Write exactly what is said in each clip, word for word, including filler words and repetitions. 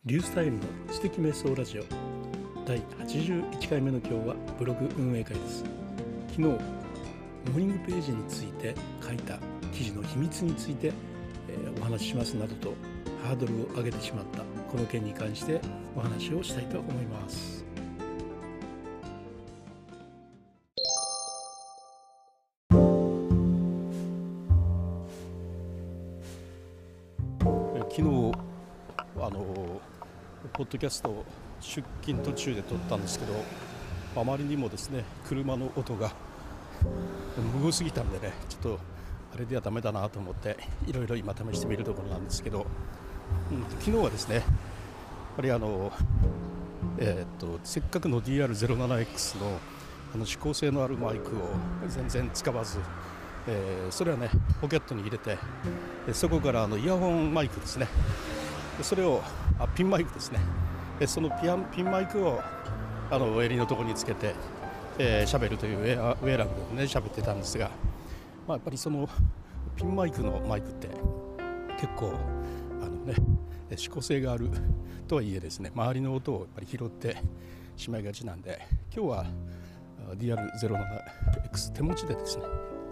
リュースタイルの知的瞑想ラジオだいはちじゅういっかいめの今日はブログ運営会です。昨日モーニングページについて書いた記事の秘密について、えー、お話ししますなどとハードルを上げてしまったこの件に関してお話をしたいと思います。昨日あのポッドキャストを出勤途中で撮ったんですけど、あまりにもですね車の音が無すぎたんでね、ちょっとあれではダメだなと思っていろいろ今試してみるところなんですけど、うん、昨日はですねやっぱりあの、えー、っとせっかくの ディーアールゼロななエックス の, あの指向性のあるマイクを全然使わず、えー、それはねポケットに入れて、そこからあのイヤホンマイクですね、それをあピンマイクですね、そのピアンピンマイクをあの襟のところにつけて喋、えー、るというウェア、ウェアラブでね喋ってたんですが、まあ、やっぱりそのピンマイクのマイクって結構あのね指向性があるとはいえですね、周りの音をやっぱり拾ってしまいがちなんで、今日は ディーアールゼロななエックス 手持ちでですね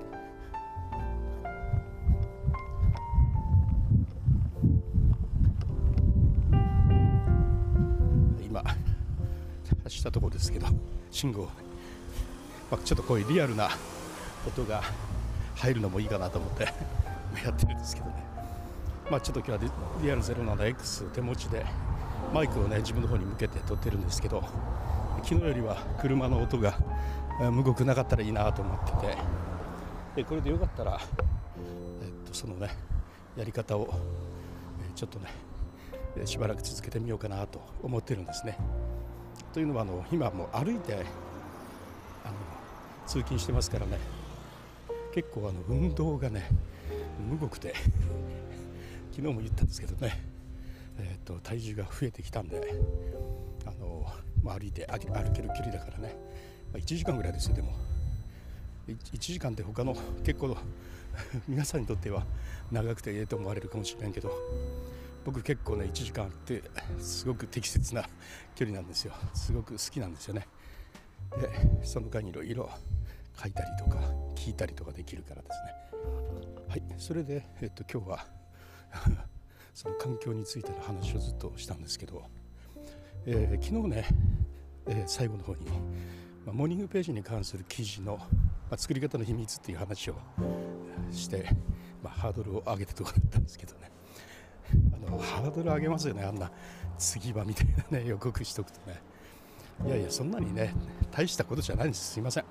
したところですけど、信号、まあ、ちょっとこういうリアルな音が入るのもいいかなと思ってやってるんですけどね、まあ、ちょっと今日は ディーアールゼロななエックス 手持ちでマイクをね自分の方に向けて撮ってるんですけど、昨日よりは車の音が無ごくなかったらいいなと思ってて、でこれでよかったら、えっと、そのねやり方をちょっとねしばらく続けてみようかなと思ってるんですね。というのはあの今もう歩いてあの通勤してますからね、結構あの運動がねむごくて昨日も言ったんですけどね、えー、と体重が増えてきたんで、あの、まあ、歩いて歩ける距離だからね、まあ、いちじかんぐらいですよ。でもいちじかんって他の結構皆さんにとっては長くてええと思われるかもしれないけど、僕結構ねいちじかんってすごく適切な距離なんですよ。すごく好きなんですよね。でその間にいろいろ書いたりとか聞いたりとかできるからですね。はい、それで、えっと、今日はその環境についての話をずっとしたんですけど、えー、昨日ね、えー、最後の方に、まあ、モーニングページに関する記事の、まあ、作り方の秘密っていう話をして、まあ、ハードルを上げたところだったんですけどね、あのハードル上げますよね、あんな次はみたいなね予告しとくとね。いやいやそんなにね大したことじゃないんです。すいません。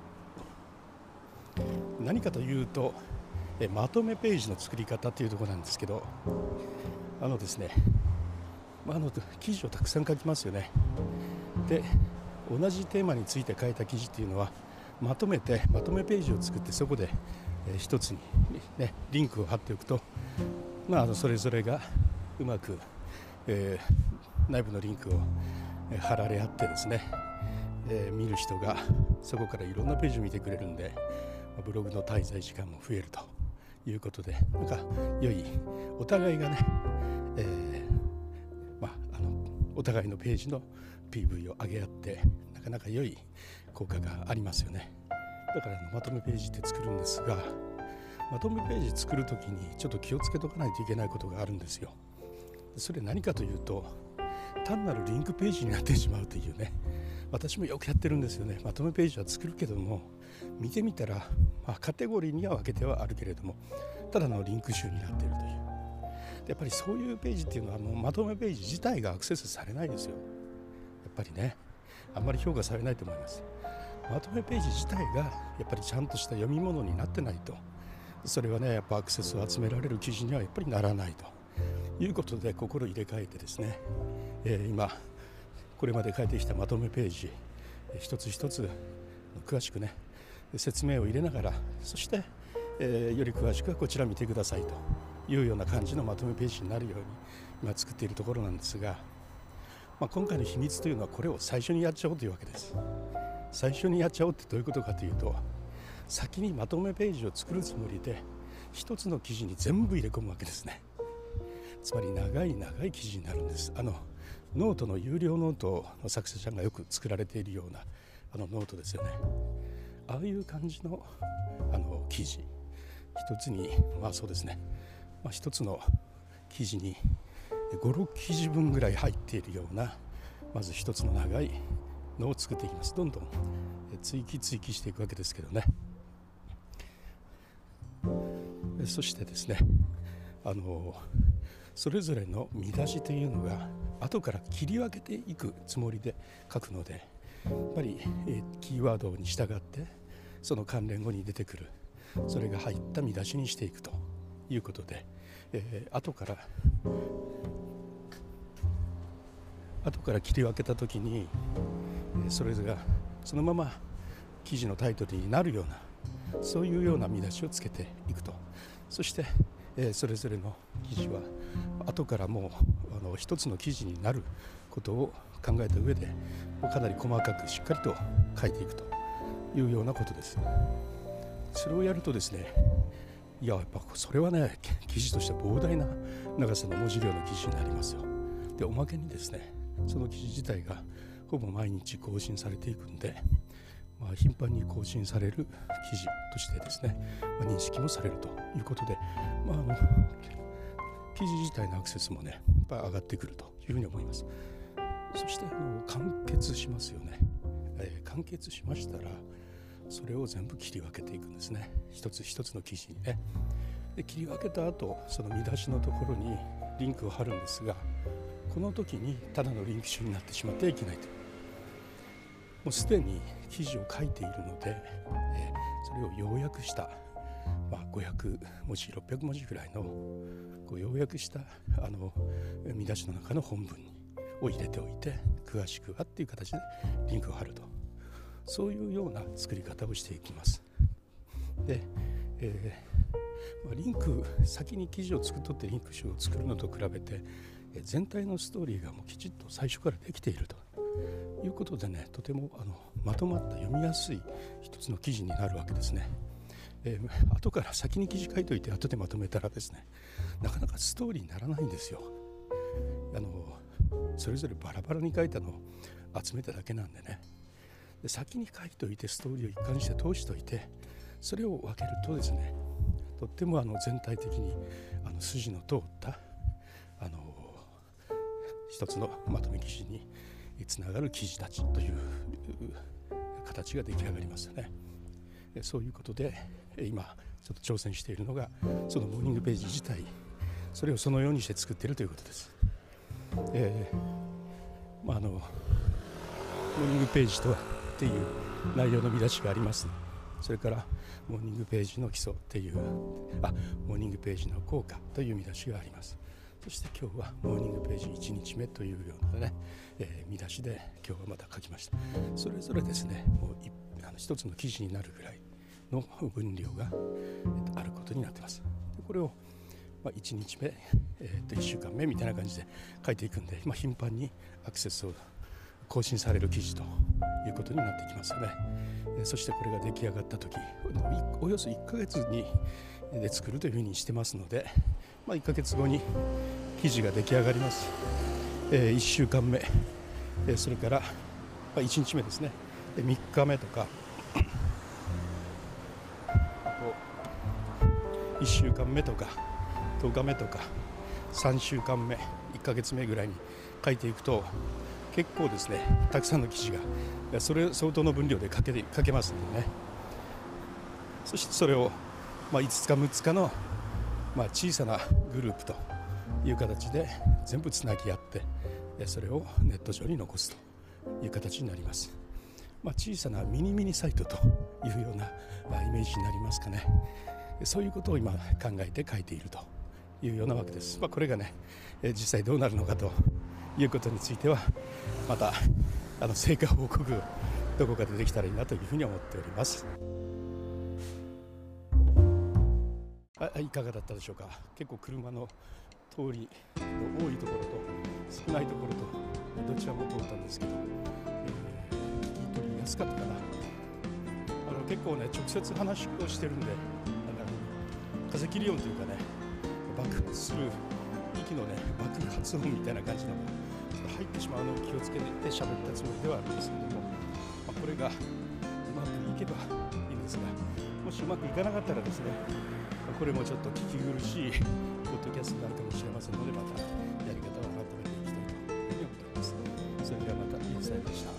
何かというとえまとめページの作り方というところなんですけど、あのですね、まあ、あの記事をたくさん書きますよね。で同じテーマについて書いた記事っていうのはまとめてまとめページを作って、そこでえ一つに、ね、リンクを貼っておくと、まあ、あのそれぞれがうまく、えー、内部のリンクを貼られ合ってですね、えー、見る人がそこからいろんなページを見てくれるんで、ブログの滞在時間も増えるということで、なんか良いお互いがね、えーまあ、あのお互いのページの ピーブイ を上げ合ってなかなか良い効果がありますよね。だからあのまとめページって作るんですが、まとめページ作るときにちょっと気をつけとかないといけないことがあるんですよ。それ何かというと、単なるリンクページになってしまうというね、私もよくやってるんですよね。まとめページは作るけども、見てみたら、まあ、カテゴリーには分けてはあるけれども、ただのリンク集になっているという。やっぱりそういうページっていうのはもうまとめページ自体がアクセスされないですよ。やっぱりね、あんまり評価されないと思います。まとめページ自体がやっぱりちゃんとした読み物になってないと、それはねやっぱアクセスを集められる記事にはやっぱりならないということで、心入れ替えてですね、えー、今これまで書いてきたまとめページ一つ一つ詳しくね説明を入れながら、そして、えー、より詳しくはこちら見てくださいというような感じのまとめページになるように今作っているところなんですが、まあ、今回の秘密というのはこれを最初にやっちゃおうというわけです。最初にやっちゃおうってどういうことかというと、先にまとめページを作るつもりで一つの記事に全部入れ込むわけですね。 つまり長い長い記事になるんです。あのノートの有料ノートの作者さんがよく作られているようなあのノートですよね。ああいう感じのあの記事一つに、まあそうですね、まあ、一つの記事にご、ろく記事分ぐらい入っているような、まず一つの長いのを作っていきます。どんどん追記追記していくわけですけどね。そしてですね、あのそれぞれの見出しというのが後から切り分けていくつもりで書くので、やっぱりキーワードに従ってその関連語に出てくるそれが入った見出しにしていくということで、えー、後から後から切り分けたときに、えー、それがそのまま記事のタイトルになるような、そういうような見出しをつけていくと。そして、えー、それぞれの記事は後からもうあの一つの記事になることを考えた上でかなり細かくしっかりと書いていくというようなことです。それをやるとですね、いややっぱそれはね、記事として膨大な長さの文字量の記事になりますよ。でおまけにですね、その記事自体がほぼ毎日更新されていくんで、まあ、頻繁に更新される記事としてですね、まあ、認識もされるということで、まあ、あの記事自体のアクセスもねやっぱり上がってくるというふうに思います。そしてあの完結しますよね、えー、完結しましたらそれを全部切り分けていくんですね、一つ一つの記事にね。で切り分けた後、その見出しのところにリンクを貼るんですが、この時にただのリンク集になってしまってはいけないと。もうすでに記事を書いているので、えー、それを要約した、まあ、ごひゃくもじろっぴゃくもじぐらいのこう要約したあの見出しの中の本文を入れておいて、詳しくはっていう形でリンクを貼ると、そういうような作り方をしていきます。で、えーまあ、リンク先に記事を作っとってリンク集を作るのと比べて、えー、全体のストーリーがもうきちっと最初からできているということでね、とてもあのまとまった読みやすい一つの記事になるわけですね。えー、後から先に記事書いといて後でまとめたらですね、なかなかストーリーにならないんですよ。あのそれぞれバラバラに書いたのを集めただけなんでね。で先に書いといてストーリーを一貫して通しといて、それを分けるとですね、とってもあの全体的にあの筋の通ったあの一つのまとめ記事につながる記事たちという形が出来上がりますよね。そういうことで今ちょっと挑戦しているのがそのモーニングページ自体、それをそのようにして作っているということです。えーまあ、あのモーニングページとはっていう内容の見出しがあります。それからモーニングページの基礎っていうあモーニングページの効果という見出しがあります。そして今日はモーニングページいちにちめというようなね、えー、見出しで今日はまた書きました。それぞれですね、もうあの一つの記事になるぐらいの分量が、えー、とあることになっています。でこれを、まあ、いちにちめ、えー、といっしゅうかんめみたいな感じで書いていくんで、まあ、頻繁にアクセスを更新される記事ということになってきますよね。えー、そしてこれが出来上がった時、およそいっかげつにで作るというふうにしてますので、まあ、いっかげつごに記事が出来上がります。えー、いっしゅうかんめ、えー、それから、まあ、いちにちめですね、でみっかめとかいっしゅうかんめとかとおかめとかさんしゅうかんめ、いっかげつめぐらいに書いていくと結構ですね、たくさんの記事がそれ相当の分量で書け、書けますのでね。そしてそれを、まあ、いつつかむっつかの、まあ、小さなグループという形で全部つなぎ合ってそれをネット上に残すという形になります。まあ、小さなミニミニサイトというようなイメージになりますかね。そういうことを今考えて書いているというようなわけです。まあ、これがね実際どうなるのかということについてはまたあの成果報告どこかでできたらいいなというふうに思っております。あ、いかがだったでしょうか。結構車の通りの多いところと少ないところとどちらも通ったんですけど、えー、聞き取りやすかったかな。あの結構ね直接話をしてるんで、なんか風切り音というかね、爆発する時のね爆発音みたいな感じのもちょっと入ってしまうのを気をつけて喋ったつもりではあるんですけども、まあ、これがうまくいけばいいんですが、もしうまくいかなかったらですね、これもちょっと聞き苦しいポッドキャストになるかもしれませんので、またやり方を改めていきたいというふうに思っています。それではまた、インサイドでした。